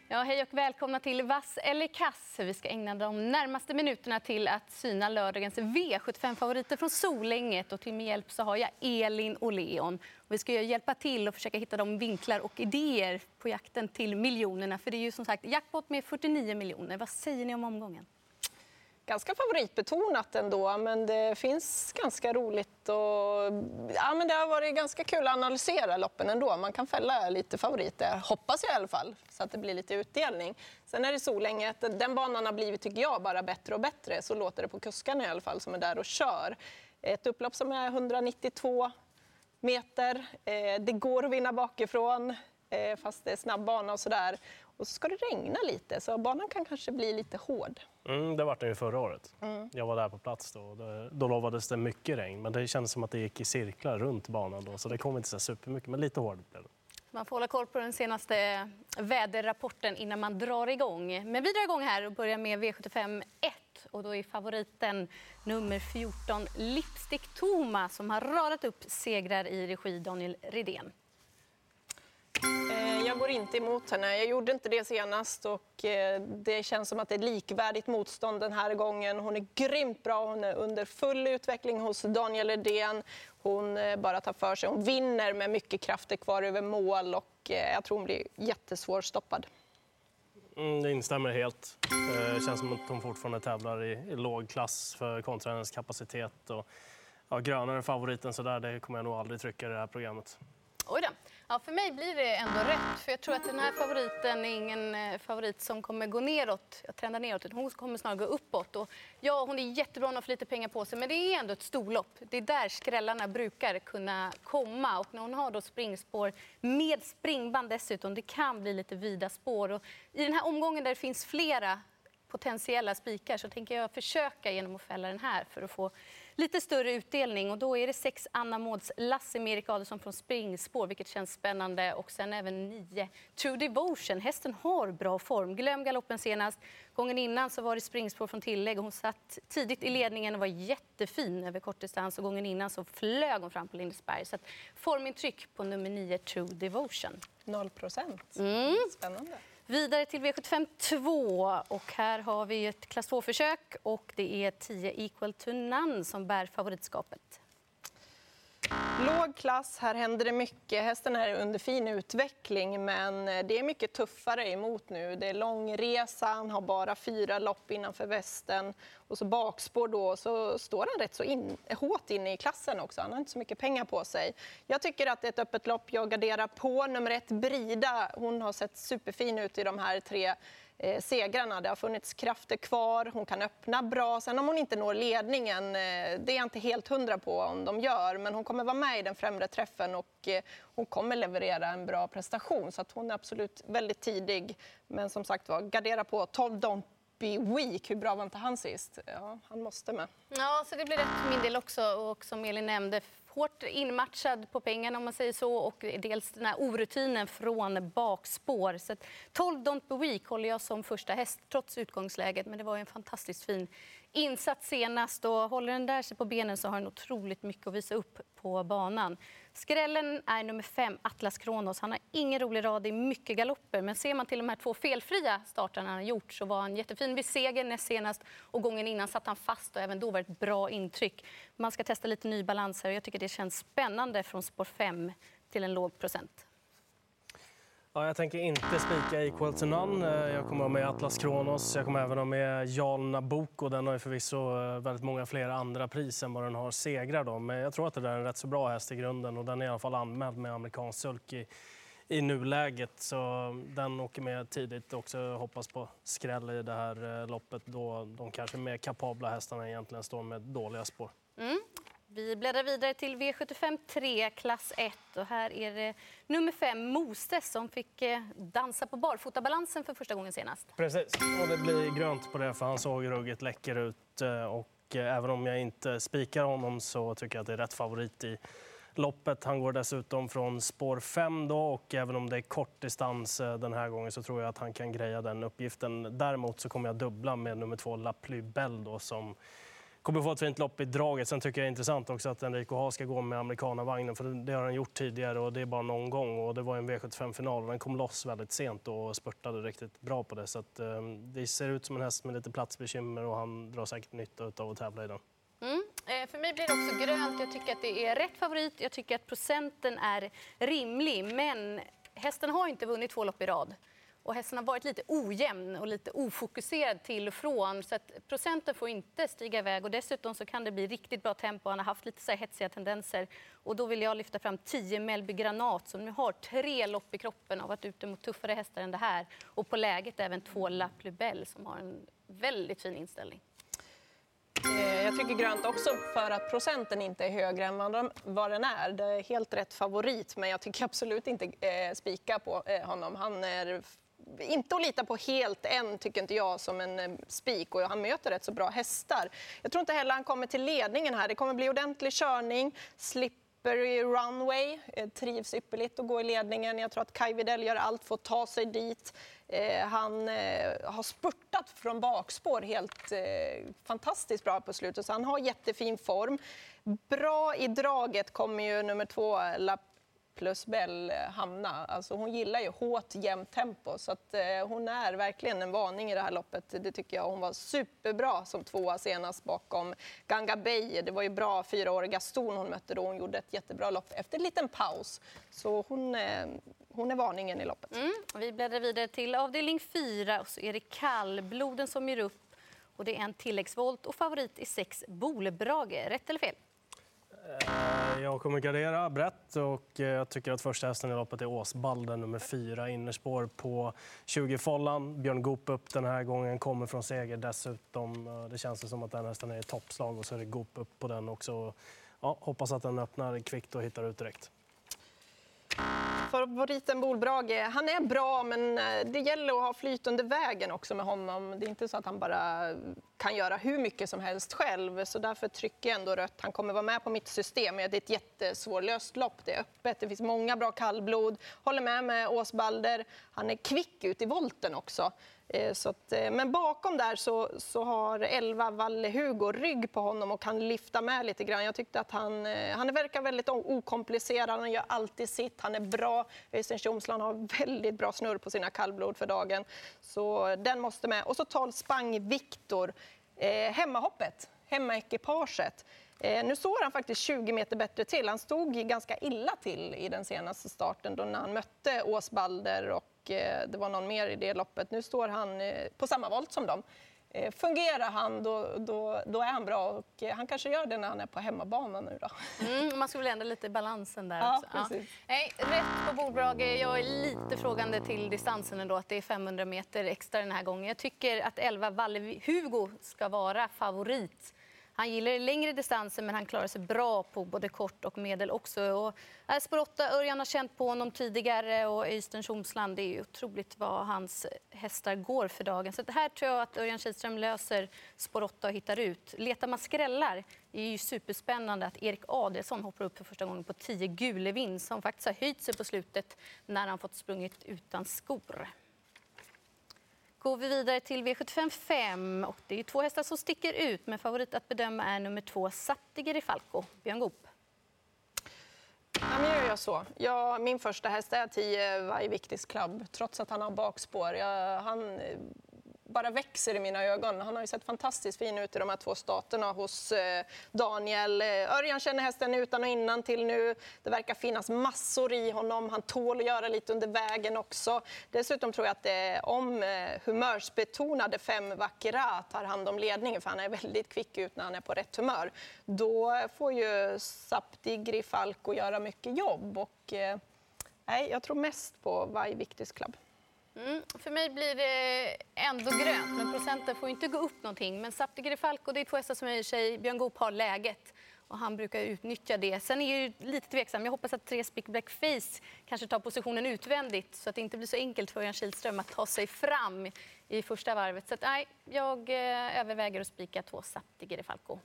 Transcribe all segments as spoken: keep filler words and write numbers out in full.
Ja, hej och välkomna till Vass eller kass. Vi ska ägna de närmaste minuterna till att syna lördagens V sjuttiofem-favoriter från Solänget. Och till min hjälp så har jag Elin och Leon. Och vi ska hjälpa till och försöka hitta de vinklar och idéer på jakten till miljonerna. För det är ju som sagt jackpot med fyrtionio miljoner. Vad säger ni om omgången? Ganska favoritbetonat ändå, men det finns ganska roligt och ja, men det har varit ganska kul att analysera loppen ändå. Man kan fälla lite favoriter, hoppas jag i alla fall, så att det blir lite utdelning. Sen är det Solänget, den banan har blivit, tycker jag, bara bättre och bättre. Så låter det på kuskarna i alla fall som är där och kör. Ett upplopp som är etthundranittiotvå meter, det går att vinna bakifrån fast det är snabb bana och sådär. Och så ska det regna lite, så banan kan kanske bli lite hård. Mm, det var det ju förra året. Mm. Jag var där på plats då. Då, då lovades det mycket regn, men det kändes som att det gick i cirklar runt banan då. Så det kom inte så supermycket, men lite hård blev det. Man får hålla koll på den senaste väderrapporten innan man drar igång. Men vi drar igång här och börjar med V sjuttiofem ett. Och då är favoriten nummer fjorton, Lipstick Toma, som har radat upp segrar i regi Daniel Redén. Jag går inte emot henne. Jag gjorde inte det senast och det känns som att det är likvärdigt motstånd den här gången. Hon är grymt bra. Hon är under full utveckling hos Daniel Redén. Hon bara tar för sig. Hon vinner med mycket krafter kvar över mål och jag tror hon blir jättesvårstoppad. Mm, det instämmer helt. Det känns som att hon fortfarande tävlar i, i låg klass för kontra hennes kapacitet. Och, ja, grönare favoriten så där, det kommer jag nog aldrig trycka i det här programmet. Oj då. Ja, för mig blir det ändå rätt. För jag tror att den här favoriten är ingen favorit som kommer gå neråt. Jag trendar neråt. Hon kommer snarare gå uppåt. Och ja, hon är jättebra, hon har för lite pengar på sig. Men det är ändå ett storlopp. Det är där skrällarna brukar kunna komma. Och när hon har då springspår med springband dessutom, det kan bli lite vida spår. Och i den här omgången där det finns flera potentiella spikar så tänker jag försöka genom att fälla den här för att få lite större utdelning. Och då är det sex Anna Mårds Lasse med Erik Adelsson från springspår, vilket känns spännande. Och sen även nio True Devotion. Hästen har bra form. Glöm galoppen senast. Gången innan så var det springspår från tillägg. Hon satt tidigt i ledningen och var jättefin över kortdistans. Och gången innan så flög hon fram på Lindesberg. Så att formintryck på nummer nio True Devotion. noll procent. Mm. Spännande. Vidare till V sjuttiofem två och här har vi ett klass två-försök och det är tio Equal to None som bär favoritskapet. Låg klass, här händer det mycket. Hästen är under fin utveckling men det är mycket tuffare emot nu. Det är långresan, har bara fyra lopp innanför västen och så bakspår då så står han rätt så in, hårt inne i klassen också. Han har inte så mycket pengar på sig. Jag tycker att det är ett öppet lopp. Jag garderar på nummer ett Brida. Hon har sett superfin ut i de här tre Eh, segrarna. Det har funnits krafter kvar, hon kan öppna bra. Sen om hon inte når ledningen, eh, det är jag inte helt hundra på om de gör. Men hon kommer vara med i den främre träffen och eh, hon kommer leverera en bra prestation. Så att hon är absolut väldigt tidig. Men som sagt var, gardera på tolv Don't Be Weak. Hur bra var inte han sist? Ja, han måste med. Ja, så det blir rätt för min del också. Och som Elin nämnde, hårt inmatchad på pengarna om man säger så. Och dels den här orutinen från bakspår. Så att tolv Don't Be Weak håller jag som första häst trots utgångsläget. Men det var ju en fantastiskt fin insats senast. Och håller den där sig på benen så har den otroligt mycket att visa upp på banan. Skrällen är nummer fem, Atlas Kronos. Han har ingen rolig rad, det är mycket galopper. Men ser man till de här två felfria starterna han har gjort så var han jättefin vid seger näst senast. Och gången innan satt han fast och även då var det ett bra intryck. Man ska testa lite ny balans här och jag tycker det känns spännande från spår fem till en låg procent. Ja, jag tänker inte spika Equal to None. Jag kommer ha med Atlas Kronos. Jag kommer även ha med Jarl Nabucco. Den har ju förvisso väldigt många fler andra pris än vad den har segrar då. Men jag tror att det där är en rätt så bra häst i grunden. Och den är i alla fall anmäld med amerikansk sulk i, i nuläget. Så den åker med tidigt. Också hoppas på skräll i det här loppet. Då de kanske mer kapabla hästarna egentligen står med dåliga spår. Mm. Vi bläddrar vidare till V sjuttiofem tre, klass ett. Och här är det nummer fem, Moses, som fick dansa på barfotabalansen för första gången senast. Precis, och det blir grönt på det för han såg ruggigt läcker ut. Och även om jag inte spikar honom så tycker jag att det är rätt favorit i loppet. Han går dessutom från spår fem då och även om det är kort distans den här gången så tror jag att han kan greja den uppgiften. Däremot så kommer jag dubbla med nummer två, La Plus Belle då, som kommer få ett fint lopp i draget. Sen tycker jag det är intressant också att Enrico Haas ska gå med amerikanavagnen, för det har han gjort tidigare och det är bara någon gång. Och det var en V sjuttiofem-final och den kom loss väldigt sent och spurtade riktigt bra på det. Så att, eh, det ser ut som en häst med lite platsbekymmer och han drar säkert nytta av att tävla i den. Mm. Eh, för mig blir det också grönt. Jag tycker att det är rätt favorit. Jag tycker att procenten är rimlig. Men hästen har inte vunnit två lopp i rad. Och hästen har varit lite ojämn och lite ofokuserad till och från. Så att procenten får inte stiga iväg. Och dessutom så kan det bli riktigt bra tempo. Han har haft lite så här hetsiga tendenser. Och då vill jag lyfta fram tio Melby Granat som nu har tre lopp i kroppen och har varit ute mot tuffare hästar än det här. Och på läget även två La Plus Belle som har en väldigt fin inställning. Jag tycker grönt också för att procenten inte är högre än vad den är. Det är helt rätt favorit, men jag tycker absolut inte eh, spika på eh, honom. Han är inte att lita på helt än, tycker inte jag, som en eh, spik. Och han möter rätt så bra hästar. Jag tror inte heller han kommer till ledningen här. Det kommer bli ordentlig körning, slippery runway. Eh, trivs ypperligt att gå i ledningen. Jag tror att Kai Widell gör allt för att ta sig dit. Eh, han eh, har spurtat från bakspår helt eh, fantastiskt bra på slutet, så han har jättefin form. Bra i draget kommer ju nummer två La Plus Belle hamna. Alltså hon gillar ju hårt jämnt tempo, så att, eh, hon är verkligen en varning i det här loppet. Det tycker jag. Hon var superbra som tvåa senast bakom Ganga Bay. Det var ju bra fyraåriga Ston hon mötte då. Hon gjorde ett jättebra lopp efter en liten paus. Så hon, eh, hon är varningen i loppet. Mm. Vi bläddrar vidare till avdelning fyra och så är det kallbloden som ger upp. Och det är en tilläggsvolt och favorit i sex Bolbrage. Rätt eller fel? Jag kommer gardera brett och jag tycker att första hästen i loppet är Åsbalden nummer fyra, innerspår på tjugo Follan. Björn Goop upp den här gången, kommer från seger dessutom. Det känns som att den hästen är i toppslag och så är det Goop upp på den också. Ja, hoppas att den öppnar kvickt och hittar ut direkt. Favoriten Bolbrage, han är bra, men det gäller att ha flyt under vägen också med honom. Det är inte så att han bara kan göra hur mycket som helst själv, så därför trycker jag ändå rött. Han kommer vara med på mitt system. Det är ett jättesvårlöst lopp, det är öppet, det finns många bra kallblod. Håller med med Åsbalder, han är kvick ut i volten också. Så att, men bakom där så, så har elva Valle Hugo rygg på honom och kan lyfta med lite grann. Jag tyckte att han, han verkar väldigt okomplicerad, han gör alltid sitt, han är bra. Öystein Tjomsland har väldigt bra snurr på sina kallblod för dagen. Så den måste med. Och så tolv Spang Viktor, eh, hemmahoppet, hemmaekipaget. Eh, nu står han faktiskt tjugo meter bättre till. Han stod ganska illa till i den senaste starten då när han mötte Åsbalder och det var någon mer i det loppet. Nu står han på samma volt som dem. Fungerar han, då, då, då är han bra. Och han kanske gör det när han är på hemmabanan nu då. Mm, man ska väl ändra lite balansen där ja, också. Precis. Ja. Nej, rätt på Bolbrage. Jag är lite frågande till distansen ändå, att det är femhundra meter extra den här gången. Jag tycker att elva Valle Hugo ska vara favorit. Han gillar längre distanser, men han klarar sig bra på både kort och medel också. Och spår åtta, Örjan har känt på honom tidigare och Öystein Tjomsland, det är ju otroligt vad hans hästar går för dagen. Så det här tror jag att Örjan Kihlström löser spår åtta och hittar ut. Letar man skrällar, det är ju superspännande att Erik Adelsson hoppar upp för första gången på tio Gulevin som faktiskt har höjt sig på slutet när han fått sprungit utan skor. Går vi vidare till V sjuttiofem fem och det är två hästar som sticker ut, men favorit att bedöma är nummer två Saptigeri Falco, Björn Goop. Ja, men gör jag så. Ja, min första häst är tio Vai Victis Club, trots att han har bakspår. Jag, han bara växer i mina ögon. Han har ju sett fantastiskt fin ut i de här två staterna hos eh, Daniel. Örjan känner hästen utan och innan till nu. Det verkar finnas massor i honom. Han tål att göra lite under vägen också. Dessutom tror jag att det, om eh, humörsbetonade fem Vackera tar hand om ledningen, för han är väldigt kvick ut när han är på rätt humör, då får ju Saptigeri Falco göra mycket jobb. Och, eh, nej, jag tror mest på Vai Victis Club. Mm, för mig blir det ändå grönt, men procenten får inte gå upp någonting. Men Saptigeri Falco, det är två hästar som höjer sig. Björn Goop har läget och han brukar utnyttja det. Sen är jag ju lite tveksam. Jag hoppas att tre Spick Blackface kanske tar positionen utvändigt så att det inte blir så enkelt för Örjan Kihlström att ta sig fram i första varvet. Så att, nej, jag eh, överväger att spika två Saptigeri Falco.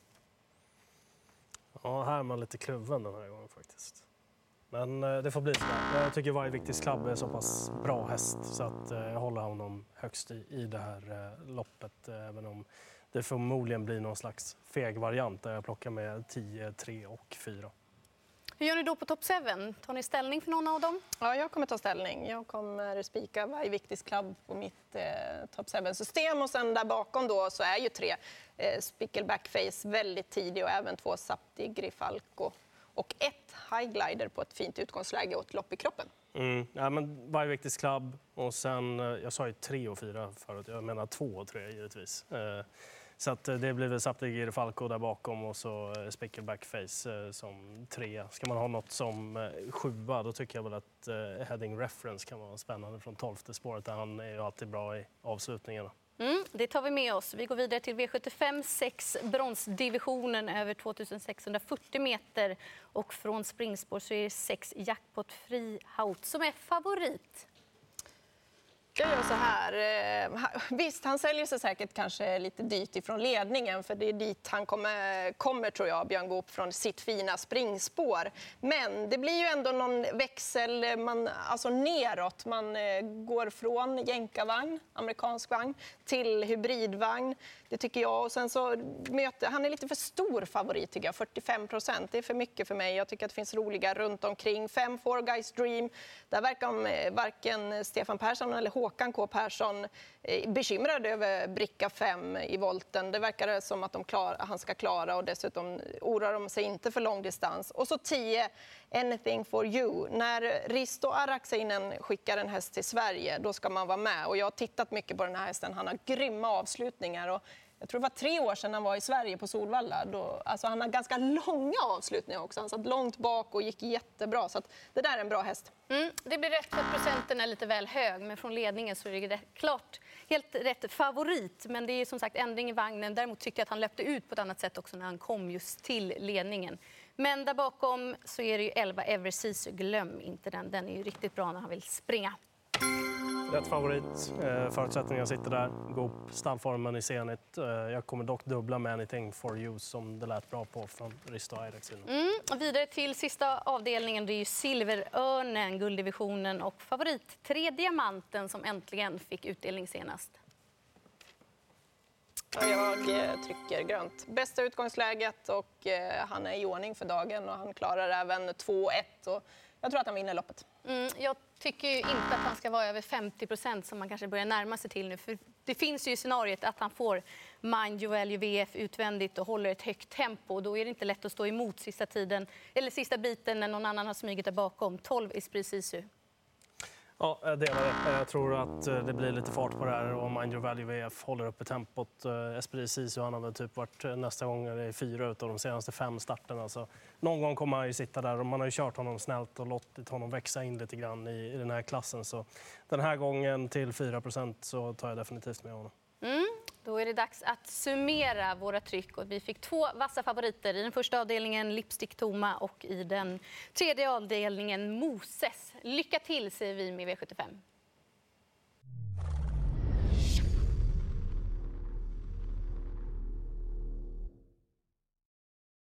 Ja, här är man lite kluven den här gången faktiskt. Men det får bli så. Jag tycker Vai Victis Club är så pass bra häst så att jag håller honom högst i, i det här loppet. Även om det förmodligen blir någon slags feg variant där jag plockar med tio, tre och fyra. Hur gör ni då på Top sju? Tar ni ställning för någon av dem? Ja, jag kommer ta ställning. Jag kommer spika varje viktig klubb på mitt eh, Top sju-system. Och sen där bakom då så är ju tre eh, Spickleback Face väldigt tidig och även två Sapti Grifalco. Och ett High Glider på ett fint utgångsläge och ett lopp i kroppen. Mm, ja, men varje viktig klubb och sen, jag sa ju tre och fyra förut, jag menar två och tre givetvis. Eh, Så att det blir väl Sapti Falco där bakom och så Spickleback Face som tre. Ska man ha något som sjua, då tycker jag väl att uh, Heading Reference kan vara spännande från tolfte spåret. Där han är ju alltid bra i avslutningarna. Mm, det tar vi med oss. Vi går vidare till V sjuttiofem sex bronsdivisionen över tvåtusensexhundrafyrtio meter. Och från springspår så är det sex Jackpot Frihaut som är favorit. Jag gör så här. Visst, han säljer sig säkert kanske lite dyrt ifrån ledningen, för det är dit han kommer, kommer tror jag, Björn Goop, från sitt fina springspår. Men det blir ju ändå någon växel, man, alltså neråt. Man går från jänkarvagn, amerikansk vagn, till hybridvagn. Det tycker jag. Och sen så möter, han är lite för stor favorit tycker jag, fyrtiofem procent. Det är för mycket för mig. Jag tycker att det finns roliga runt omkring. Fem Four Guys Dream. Där verkar varken Stefan Persson eller Håkan K. Persson bekymrad över bricka fem i volten. Det verkar som att de klar, han ska klara, och dessutom oroar de sig inte för långdistans. Och så tio Anything for you. När Risto Araksinen skickar en häst till Sverige, då ska man vara med. Och jag har tittat mycket på den här hästen. Han har grymma avslutningar. Och jag tror det var tre år sedan han var i Sverige på Solvalla. Då, alltså han har ganska långa avslutningar också. Han satt långt bak och gick jättebra. Så att det där är en bra häst. Mm, det blir rätt för att procenten är lite väl hög, men från ledningen så är det rätt, klart helt rätt favorit. Men det är som sagt ändring i vagnen. Däremot tyckte jag att han löpte ut på ett annat sätt också när han kom just till ledningen. Men där bakom så är det ju elva Ever Sisu. Glöm inte den. Den är ju riktigt bra när han vill springa. Rätt favorit. Eh, förutsättningarna sitter där. Gå upp stallformen i Zenit. Eh, jag kommer dock dubbla med Anything for you som det lät bra på från Risto Araksinen. Mm, vidare till sista avdelningen. Det är ju Silverörnen, gulddivisionen, och favorit tre Diamanten som äntligen fick utdelning senast. Jag trycker grönt. Bästa utgångsläget, och eh, han är i ordning för dagen och han klarar även två ett. Och jag tror att han vinner loppet. Mm, jag tycker ju inte att han ska vara över femtio procent som man kanske börjar närma sig till nu. För det finns ju i scenariet att han får Mind Your Value V F utvändigt och håller ett högt tempo. Och då är det inte lätt att stå emot sista tiden, eller sista biten när någon annan har smugit där bakom. tolv Esprit Sisu. Ja, jag delar det. Jag tror att det blir lite fart på det här och Mind Your Value V F håller uppe tempot. Esprit Sisu, han har väl typ varit nästa gång i fyra av de senaste fem starterna. Så någon gång kommer han ju sitta där och man har ju kört honom snällt och låtit honom växa in lite grann i, i den här klassen. Så den här gången till fyra procent så tar jag definitivt med honom. Mm. Då är det dags att summera våra tryck. Och vi fick två vassa favoriter. I den första avdelningen Lipstick Toma och i den tredje avdelningen Moses. Lycka till, säger vi med V sjuttiofem.